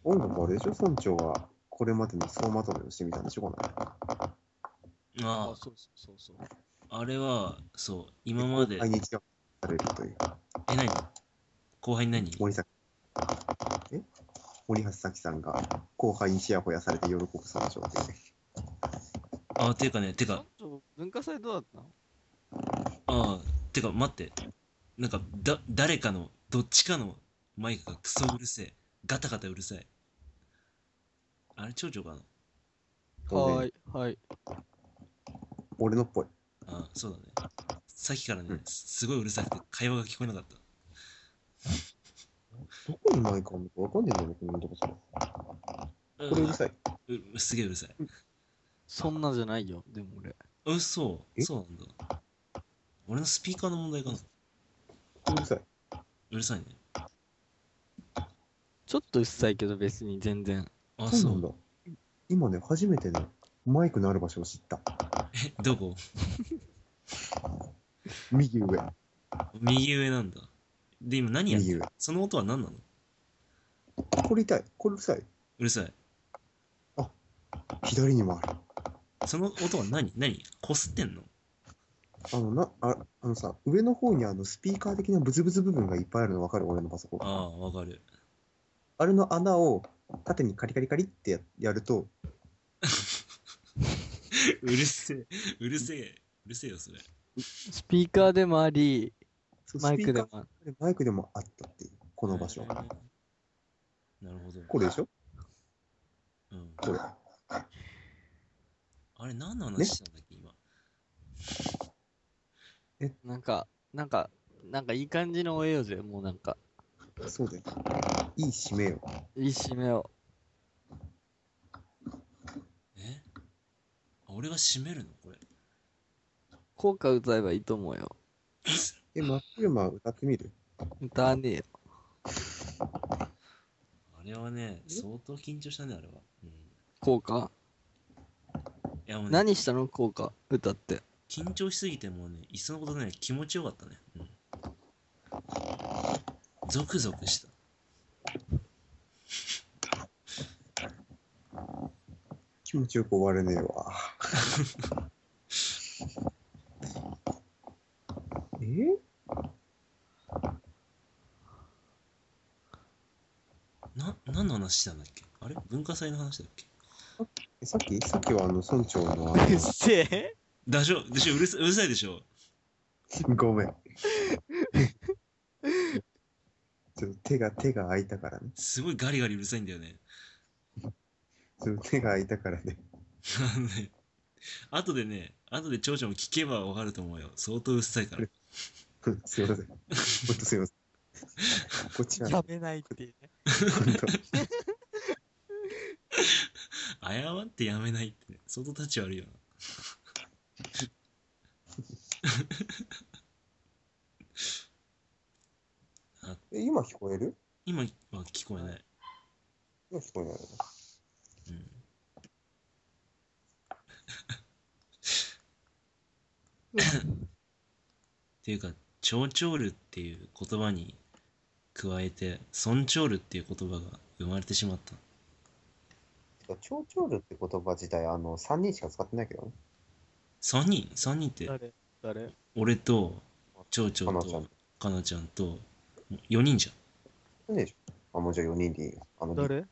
音楽あれでしょ村長はこれまでの総まとめをしてみたんでしょこの間。 あそうそうそうそう。 あ、あれは、そう、 で、 今まで、 後輩にチヤホヤされるという。 何後輩に何森崎、え森橋咲さんが後輩にチヤホヤされて喜ぶ村長っていうね。 あ、ていうかね、てか、 村長、文化祭どうだったの？ てか、待って。なんか、誰かの、どっちかのマイクがクソうるせえ。ガタガタうるさい。あれ、町長かな？ 当然、 はい。 俺のっぽい。 そうだね。さっきからね、 うん。 すごいうるさくて会話が聞こえなかった。 どこにマイクあるのかわかんねえんだよね、このとこそれ。これうるさい。 すげえうるさい。 そんなじゃないよ、でも俺。 えそうなんだ。俺のスピーカーの問題かな？ うるさい。 うるさいね。 ちょっとうっさいけど別に全然。 そう。 そうなんだ。今ね、初めてね、マイクのある場所を知った。 どこ？ 右上。 右上なんだ。で、今何やって右上。 る？その音は何なの？ これ痛い。これうるさい。 うるさい。 あ、左にもある。 その音は何こすってんの？ あのさ、上の方にスピーカー的なブツブツ部分がいっぱいあるのわかる俺のパソコン。 わかる。 あれの穴を縦にカリカリカリってやると、 うるせえ。うるせえ。うるせえよ、それ。 スピーカーでもあり、 そうマスピーカーイクでもある。 でマイクでもあったっていう、この場所。 なるほど。 これでしょうん。 これ。 あれ、何の話ねしたんだっけ、今。 え、 なんか、なんか、いい感じの終えようぜ、もうなんか。 そうだよ。いい締めよ。 いい締めを。 え俺が締めるのこれ？ 効果歌えばいいと思うよ。 真っ昼間歌ってみる？ 歌わねえよ。 あれはね、相当緊張したね、あれは。うん。い効果や、もうね、 何したの効果歌って。 緊張しすぎてもうね、いっそのことね、気持ちよかったね。うん。ゾクゾクした。 気持ちよく終われねえわ。え何の話したんだっけ？あれ文化祭の話だっけ？ さっきは村長のうっせえ。 でしょうるさいでしょ？ ごめん。ちょっと手が空いたからね。 すごいガリガリうるさいんだよね。 ちょっと手が空いたからね。 あのね、後で長女も聞けばわかると思うよ。相当うっさいから。 すいません。ほんとすいません。こっちはね、 やめないっていうね。 ほんと、 謝ってやめないってね。相当立ち悪いよな。あ、 今聞こえる？ 今は聞こえない。 今聞こえないの？ うん。っていうか、蝶々ルっていう言葉に加えて、尊長ルっていう言葉が生まれてしまった。 蝶々ルって言葉自体、3人しか使ってないけどね。 3人って誰？ 俺と蝶々とかなちゃん。 かなちゃんと4人じねえでしょ。もうじゃあ4人でいいよ。 誰？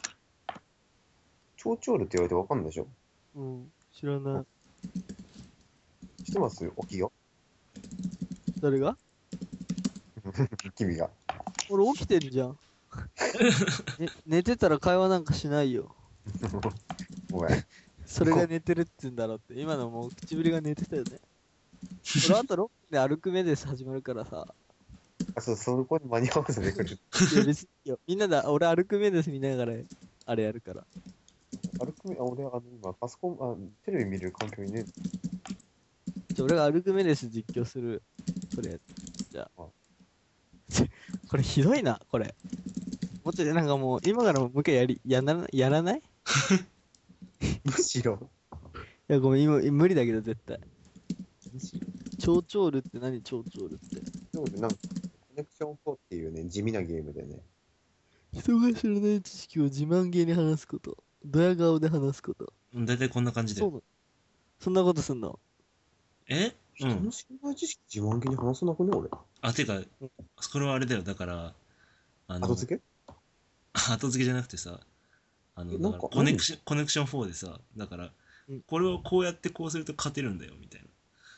蝶々ルって言われてわかんないでしょ。 うん、知らない。 知ってます？起きよ。 誰が？ 君が。 俺起きてんじゃん。寝てたら会話なんかしないよ。 ごめん。 それが寝てるって言うんだろうって。今のもう唇が寝てたよね。俺あと6分で歩く目です始まるからさ。 そこに間に合わせてくる。 いや別にいいよ。みんなで、俺歩く目です見ながら、あれやるから。 俺、今、パソコン、テレビ見れる環境にね。 俺が歩く目です実況する。それ。じゃあ。これひどいな、これ。もっとなんかもう、今からもう一回やらない？いむしろ。 や、ごめん、今、無理だけど、絶対。 むしろ。 蝶々ルって何蝶々ルって。 でもね、なんか、コネクション4っていうね、地味なゲームでね、 人が知らない知識を自慢げに話すこと。ドヤ顔で話すこと。 だいたいこんな感じで。 そうなの。そんなことすんの？ えう人のん。 知らない知識自慢げに話さなくね、俺。 あ、てかうん、 これはあれだよ。だから、 後付け後付けじゃなくてさ、だからなんかコネクション4でさ、だからうん、 これをこうやってこうすると勝てるんだよ、みたいな。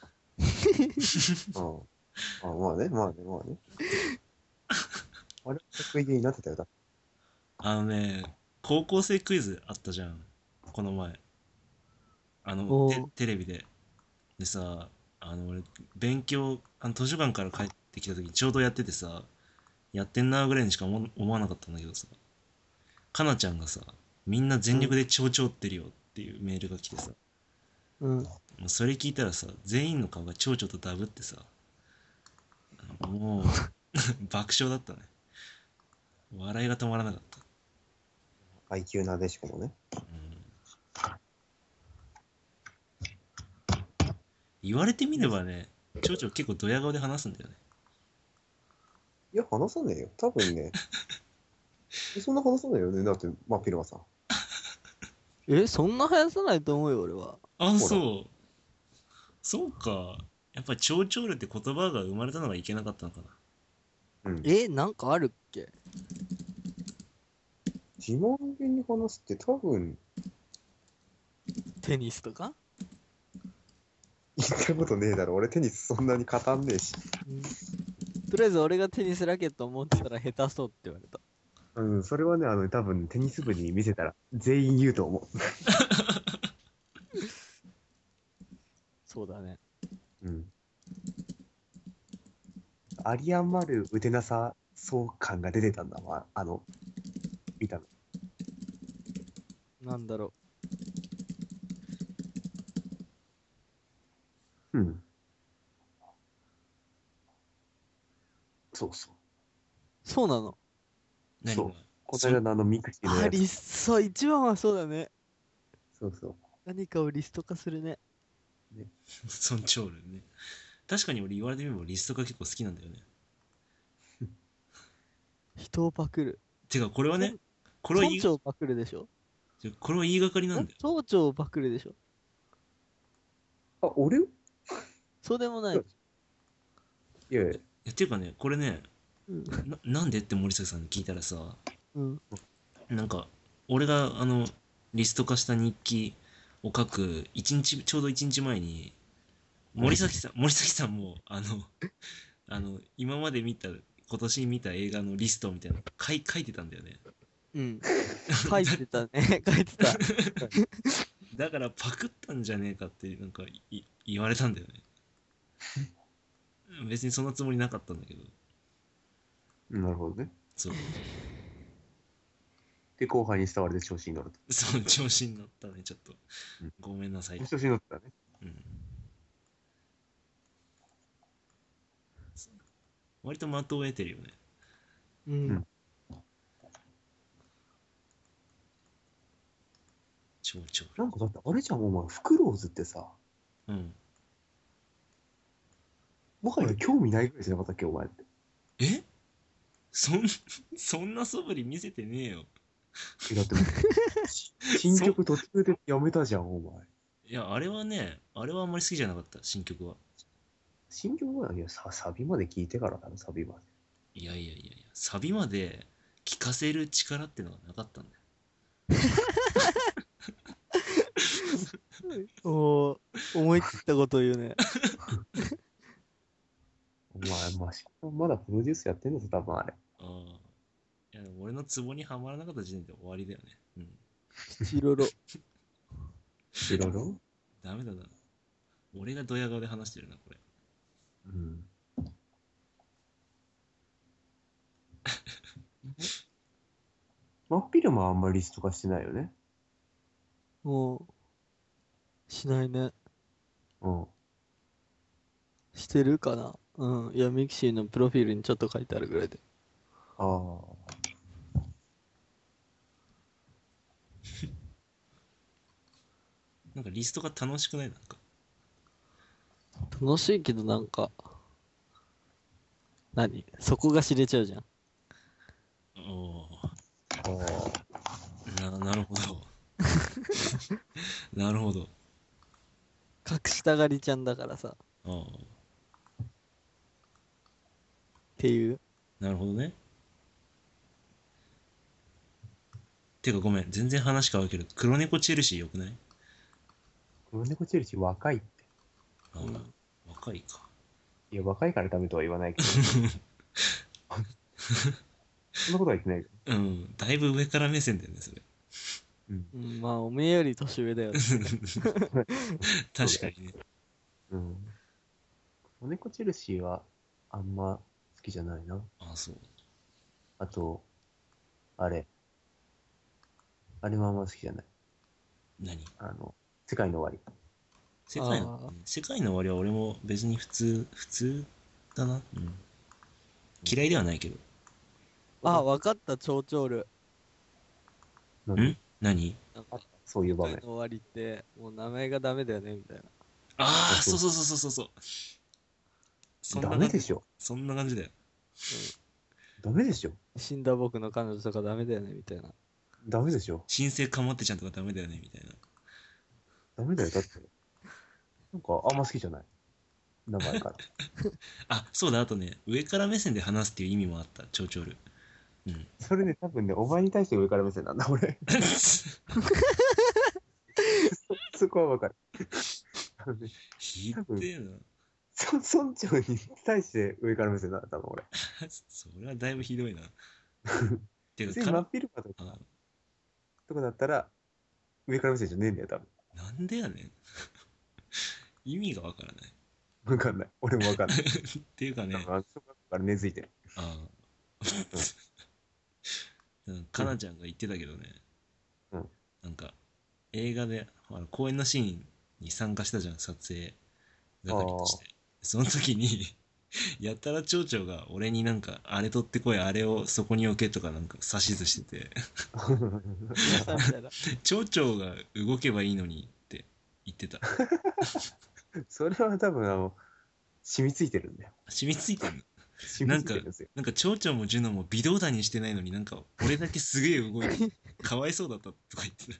ああ。まあね、まあね、まあね。あれ、得意げになってたよ。だ高校生クイズあったじゃん。この前。 おー。 テレビで。でさ、俺、勉強、図書館から帰ってきた時にちょうどやっててさ、やってんなぐらいにしか思わなかったんだけどさ、かなちゃんがさ、みんな全力で蝶々ってるよっていうメールが来てさ、 うん。 もうそれ聞いたらさ、全員の顔が蝶々とダブってさ、もう爆笑だったね。笑いが止まらなかった。 階級なでしこもね。 言われてみればね、蝶々結構ドヤ顔で話すんだよね。 いや、話さねえよ。多分ね。そんな話さないよね。だって、まあ、ピルマさん。 そんな生やさないと思うよ、俺は。 あ、 ほらそう。そうか。やっぱり蝶々って言葉が生まれたのがいけなかったのかな。 うん。 なんかあるっけ？ 自慢げに話すって多分、 テニスとか？ 言ったことねえだろ。俺テニスそんなに語んねえし。 うん。とりあえず俺がテニスラケット持ってたら下手そうって言われた。 うん、それはね、多分テニス部に見せたら全員言うと思そうだね。 う。うん。有り余る打てなさそう感が出てたんだわ。見たの。 なんだろうん。そうそう。 う。そうなの。 そう何がこの間のミクシーのやつ。 リスト、一番はそうだね。 そうそう。 何かをリスト化するね。 その蝶々ね。確かに俺言われてみればリストが結構好きなんだよね。 人をパクる。 てかこれはね、これは言い、 村長をパクるでしょ？ これは言いがかりなんだよ。 村長をパクるでしょ？ あ、俺いそうでもない。 やいや。 ていうかね、これね、 うん。 なんでって森崎さんに聞いたらさ、 うん。 なんか、俺がリスト化した日記を書くちょうど1日前に、森崎さんも、今まで今年見た映画のリストみたいなの書いてたんだよね。 うん。書いてたね。書いてた。 だからパクったんじゃねえかってなんか言われたんだよね。別にそんなつもりなかったんだけど。 なるほどね。 そう。 で、後輩に伝われて調子に乗ると。 その調子に乗ったね、ちょっとうん。 ごめんなさい。 調子に乗ってたね。 うん。割と的を得てるよね。 ううんん。 超超。 なんかだってあれじゃん、お前、フクロウズってさ、 うん。 もはや興味ないぐらいじゃなかったっけ、お前って。 えそんな素振り見せてねえよ。 だってもう、新曲途中でやめたじゃん、お前。 いや、あれはね、あれはあんまり好きじゃなかった、新曲は。 新曲はいや、サビまで聞いてからだろ、サビまで。 いやいやいやいや、サビまで聴かせる力ってのがなかったんだよ。 おー、思い切ったこと言うね。 お前、まだプロデュースやってんのぞ、多分あれ。 ああ。いや、でも俺のツボにはまらなかった時点で終わりだよね。うん。 チロロ。 いろいろダメだな。俺がドヤ顔で話してるな、これ。 うん。真っ昼間はあんまりリスト化してないよね。 もう、しないね。 うん。 してるかな？うん。いや、ミクシーのプロフィールにちょっと書いてあるぐらいで。 ああ。 なんかリストが楽しくないなんか。 楽しいけどなんか、そこが知れちゃうじゃん。 おお。 なるほど。なるほど。 隠したがりちゃんだからさ。っああ、 ていう。 なるほどね。てかごめん、全然話変わるけど、黒猫チェルシーよくない？ 黒猫チェルシー若いって。 ああ、 うん若いか。 いや、若いからダメとは言わないけど。そんなことは言ってないけど。 うん、だいぶ上から目線だよね、それ。 うん。 うん、まあ、おめえより年上だよね。 確かにね。 うん。黒猫チェルシーはあんま好きじゃないな。 ああ、そう。 あと、あれ。あれもあんま好きじゃない。 何？ 世界の終わり。 あ世界の終わりは俺も別に普通だな。うん。嫌いではないけど。 あ、わかった、蝶々ル。 何何？ なんか、 そういう場面世界の。終わりって、もう名前がダメだよね、みたいな。 ああ、 あそうそうそうそうそうそう。そんな感じ。 ダメでしょ。 そんな感じだよ。 ダメでしょ。 死んだ僕の彼女とかダメだよね、みたいな。 ダメでしょ。 新生かまってちゃんとかダメだよね、みたいな。 ダメだよ。だって。なんかあんま好きじゃない。名前から。 あ、そうだ、あとね、上から目線で話すっていう意味もあった、蝶々ル。うん。 それね、多分ね、お前に対して上から目線なんだ、俺。そこはわかる。 ひでえな。 村長に対して上から目線なんだ、多分俺。 それはだいぶひどいな。て別か、 に真っ昼間とかだったら、上から目線じゃねえんだよ、多分。 なんでやねん。意味がわからない。 わかんない。俺もわかんない。 っていうかね、 多分、小学校から根付いてる。 ああ、かなちゃんが言ってたけどね、 うん。 なんか、映画で、公演のシーンに参加したじゃん、撮影係として。その時にやたら町長が俺になんか、あれ取ってこい、あれをそこに置けとかなんか指図してて、 さみたいな。 町長が動けばいいのにって言ってた。 それは多分、染みついてるんだよ。 染みついてんの？ 染なんかみついてるんですよ。 なんか町長もジュノも微動だにしてないのになんか俺だけすげえ動いてかわいそうだったとか言ってた。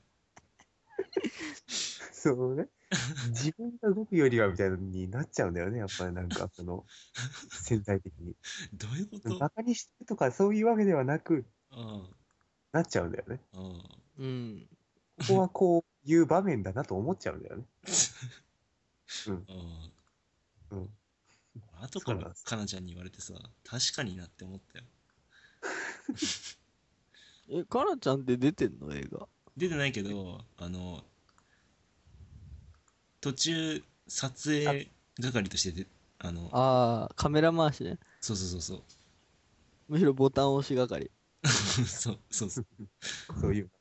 そうね。自分が動くよりはみたいなのになっちゃうんだよね。やっぱりなんか、潜在的に。 どういうこと？ バカにしてとかそういうわけではなく、 あなっちゃうんだよね。 あ、ああ。 うん。 ここはこういう場面だなと思っちゃうんだよね。うん。 あうん。 あ。後からそうなんです。 かなちゃんに言われてさ、確かになって思ったよ。 え、かなちゃんって出てんの映画？ 出てないけど、途中撮影係としてああ、カメラ回しね。 そうそうそうむしろボタン押し係。 そうそうそう。 そういう、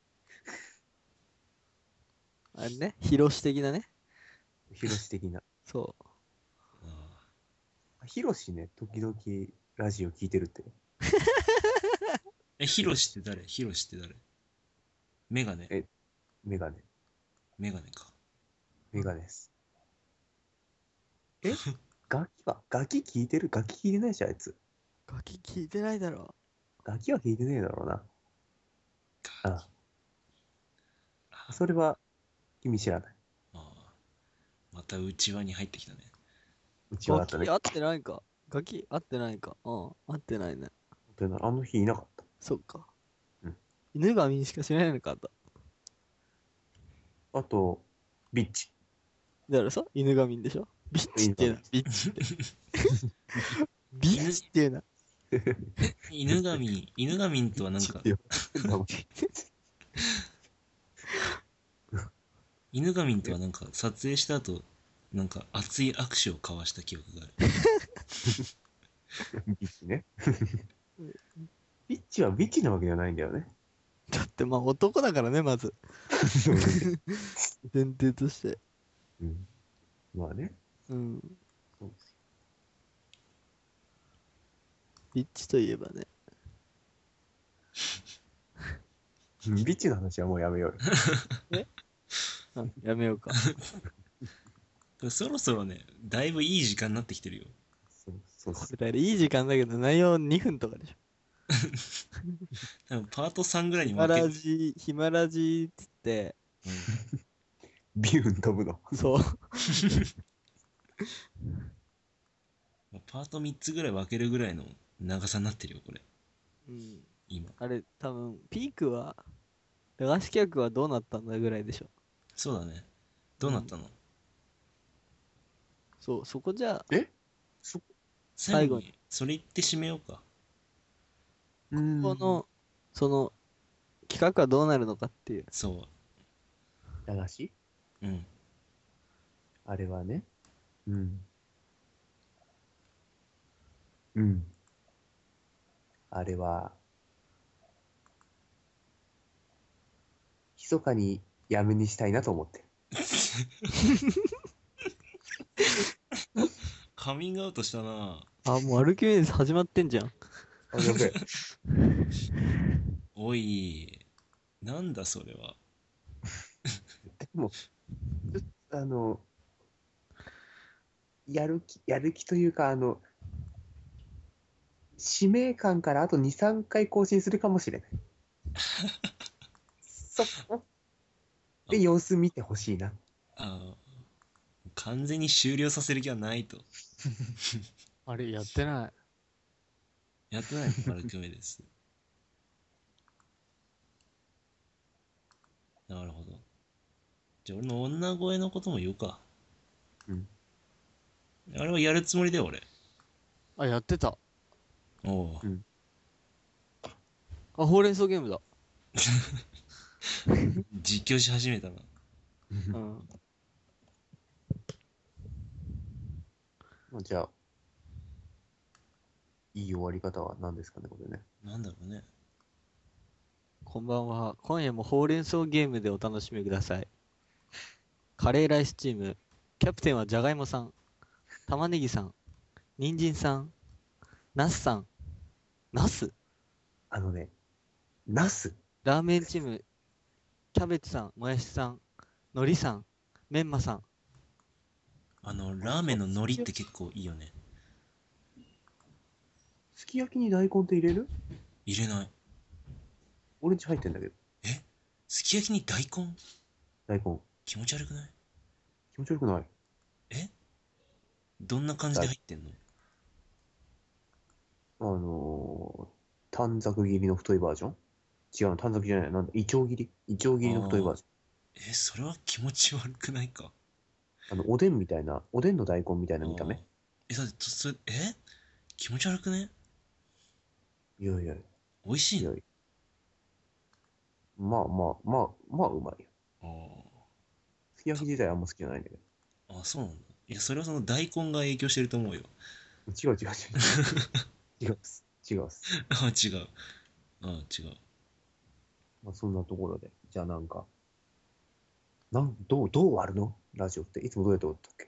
あれね、ヒロシ的なね。 ヒロシ的な。 そあヒロシね、時々ラジオ聞いてるって。 ヒロシって誰？ヒロシって誰？メガネ。 えメガネ。 メガネか。 メガネです。ガキ聞いてる？ガキ聞いてないし、あいつ。 う。ガキ聞いてないだろ。 ガキは聞いてねえだろうな。ああそれは、君知らない。 あ、また内輪に入ってきたね。 うちはあったね。 ガキ合ってないか。ガキ合ってないか。うん、合ってないね。 あの日いなかった。 そっか。 うん犬神しか知らないのかと。 あと、ビッチ。 だからさ、犬神でしょ？ビッチっていうな。ビッチって。ビッチっていうな。 犬神とはなんか、犬神とはなんか撮影した後、なんか熱い握手を交わした記憶がある。 ビッチね。ビッチはビッチなわけじゃないんだよね。 だってまあ男だからね、まず。前提として。 うん。まあね。 うん。 そうですよ。 ビッチといえばね。 ビッチの話はもうやめようよ。 うんやめようか。 そろそろね、だいぶいい時間になってきてるよ。 そうそうこれだいい時間だけど内容2分とかでしょ。 多分パート3ぐらいにヒマ分ける。 ラジ、ヒマラジっつって、 ビューン飛ぶの。 そう。 パート3つぐらい分けるぐらいの長さになってるよ、これ。 うん。 今。 あれ、多分、ピークは、駄菓子客はどうなったんだぐらいでしょ。 そうだね。どうなったの？ そう、そこじゃあ、 え最後に最後、 それ言って締めようか。 うーん。 この、その、企画はどうなるのかっていう。 そ駄菓子う。うん。 あれはね。うん。うん。あれは、密かにやめにしたいなと思ってる。 カミングアウトしたな。 あ、もう歩きメデス始まってんじゃん。 あ、やべえ。 おい。なんだそれは。 でも、あの、やる気というか、使命感からあと2、3回更新するかもしれない。そこで様子見てほしいな。 あ完全に終了させる気はないと。 あれ、やってない。 やってないの？歩く目です。なるほど。じゃあ俺の女声のことも言うか。 うん。 あれはやるつもりだよ、俺。 あ、やってた。 おう。 うん。 あ、ほうれん草ゲームだ。 実況し始めたな。 うん。 じゃあ、いい終わり方は何ですかね、これね。 なんだろうね。 こんばんは。今夜もほうれん草ゲームでお楽しみください。カレーライスチーム。キャプテンはじゃがいもさん、玉ねぎさん、人参さん、ナスさん。ナスあのね、ナス。 ラーメンチーム。キャベツさん、もやしさん、海苔さん、メンマさん。 ラーメンの海苔って結構いいよね。 すき焼きに大根って入れる？ 入れない。 俺んち入ってんだけど、 えすき焼きに大根？ 大根。 気持ち悪くない？ 気持ち悪くない？ えどんな感じで入ってんの？ 短冊切りの太いバージョン。違うの、短冊じゃない。なんだ、イチョウ切りの太いバージョン。 それは気持ち悪くないか？ おでんみたいな、おでんの大根みたいな見たあー目。 だってそれ、気持ち悪くね？ いやいや、 美味しいの？ いやいや。まあ、うまいよ。 あすき焼き自体あんま好きじゃないんだけそうなんだ。いや、それはその大根が影響してると思うよ。 ど。違うっす。違うっす。 違う。違う。 まあ、そんなところで。じゃあなんか、どう終わるのラジオって。いつもどうやって終わったっけ？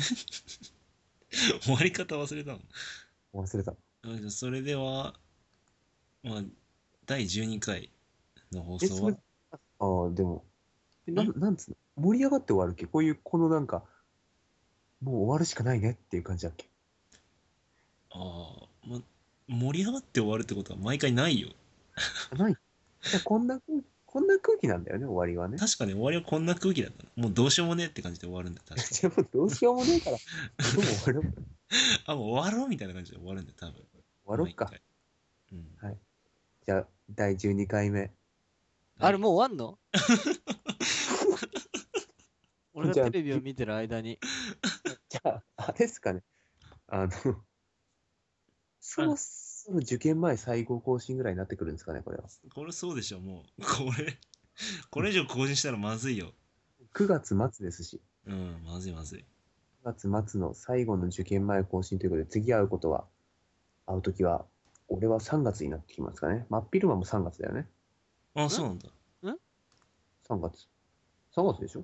終わり方忘れたの？ 忘れた。 じゃあそれでは、まあ、第12回の放え、 送は、 でも、なんつうの盛り上がって終わるっけ？このなんか、もう終わるしかないねっていう感じだっけ？ 盛り上がって終わるってことは毎回ないよ。 ない。じゃあこんな空気なんだよね、終わりはね。 確かに終わりはこんな空気だったの。もうどうしようもねえって感じで終わるんだよ、確かに。 じゃあもうどうしようもねえから、もう終わろう。 もう終わろうみたいな感じで終わるんだよ、多分。終わろっか。はい。じゃあ、第12回目。 あれ、もう終わんの？俺がじゃあテレビを見てる間に。 じゃあ、あれですかね。あの、そろそろ受験前最後更新ぐらいになってくるんですかね、これは。 これそうでしょ、もう。これ以上更新したらまずいよ。 9月末ですし、 まずいまずい。 9月末の最後の受験前更新ということで、次会うときは、俺は3月になってきますかね。真っ昼間も3月だよね。 そうなんだ。 3月。3月でしょ？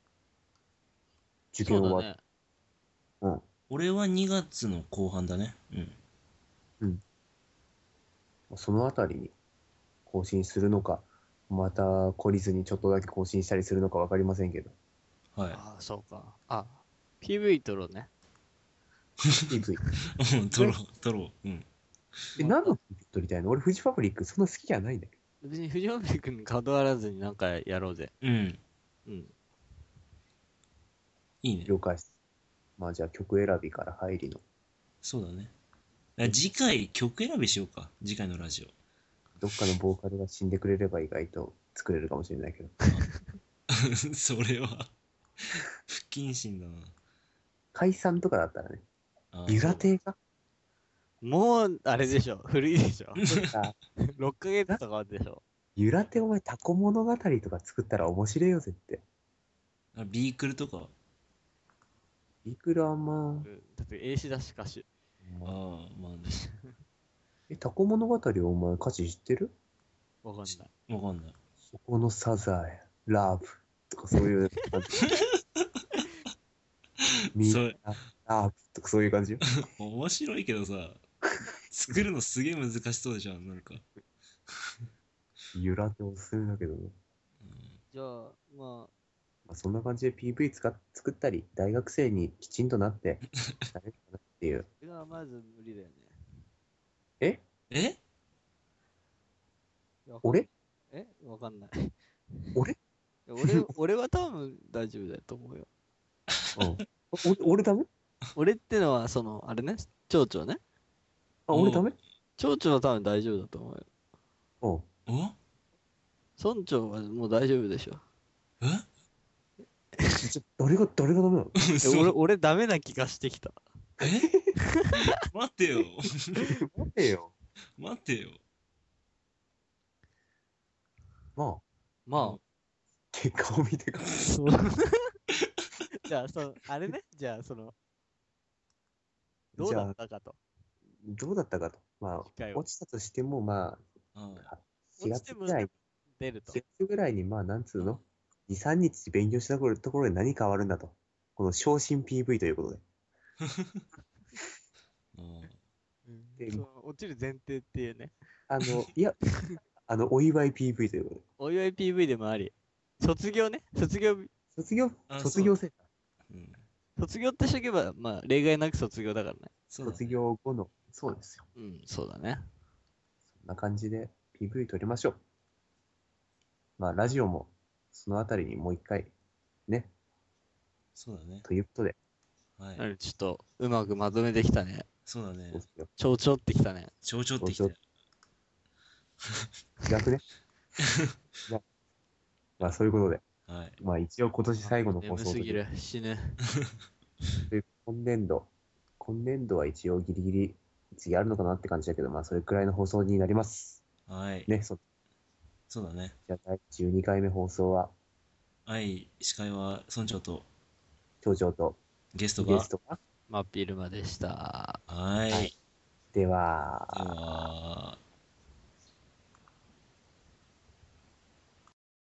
受験終わっそうだね。 うん。 俺は2月の後半だね。 そのあたりに更新するのか、また懲りずにちょっとだけ更新したりするのかわかりませんけど。 はああ、そうか。あ、PV 撮ろうね。 PV。 い。撮ろう。 何の撮りたいの？俺、フジファブリックそんな好きじゃないんだけ別に藤森君に断らずになんかやろうぜ。 うん。 うん。 いいねど。。了解です。まあ、じゃあ曲選びから入りの。 そうだね。次回曲選びしようか。次回のラジどっかのボーカルが死んでくれれば意外と作れるかもしれないけど。 オ。それは不謹慎だな。 解散とかだったらね。 あーゆら亭かもう、あれでしょ。古いでしょ。 あ 6ヶ月とかでしょ。 ゆら亭お前タコ物語とか作ったら面白いよ、絶対。 ビークルとか。 いくらまうんだって英詞だし歌手。 ああ、まあね。 タコ物語お前歌詞知ってる？ わかんない。 わかんない。 そこのサザエ、ラブとかそういう感じ。みんそれな、ラブとかそういう感じよ。 面白いけどさ、作るのすげえ難しそうじゃん、なんか。 ゆら亭おすすめだけどね。 じゃあ、ままあ、そんな感じで PV 作ったり、大学生にきちんとなって、なれるかなっていう。 あ、それがまず無理だよね。 ええいや俺わかんない。 俺いや俺は多分大丈夫だと思うよ。 俺ダメ？ 俺ってのは、あれね、町長ね。 俺ダメ？ 町長は多分大丈夫だと思うよ。 うん。 お村長はもう大丈夫でしょ。 え誰がダメなの？ 俺ダメな気がしてきた。 え待ってよ。 待てよ。 待ってよ。 まあ、 ま結果を見てかあ、そう。じゃあ、あれね、じゃあ、どうだったかと。 どうだったかと。まあ、 機会を落ちたとしても、まああ、4 落ちても月ぐらい、 出ると 4。月ぐらいに、まあ、なんつうの ?2、3日勉強したところで何変わるんだと。この昇進 PV ということで。で落ちる前提っていうね。 いや、お祝い PV ということで。 お祝い PV でもあり。卒業ね。卒業あ卒業生うん。 卒業ってしとけば、まあ、例外なく卒業だからね。 そうだね卒業後の、そうですよ。 うん、そうだね。 そんな感じで PV 撮りましょう。まあ、ラジオも、そのあたりにもう一回、ね、 そうだね。 ということで、 はい。 ちょっと、うまくまとめてきたね。 そうだねそう。ですよ。 ちょってきたね。 ちょうちょってきて。 逆ね。じゃあまあ、そういうことで、 はい。 まあ、一応今年最後の放送という眠すぎる。死ぬ。 で今年度は一応ギリギリ次あるのかなって感じだけど、まあそれくらいの放送になります。 はい。 ね、 そうだね。 じゃあ第12回目放送は、 はい。司会は村長と町長とゲストが。 ゲストが、 真っ昼間でした。 はい。 はいでは、 では。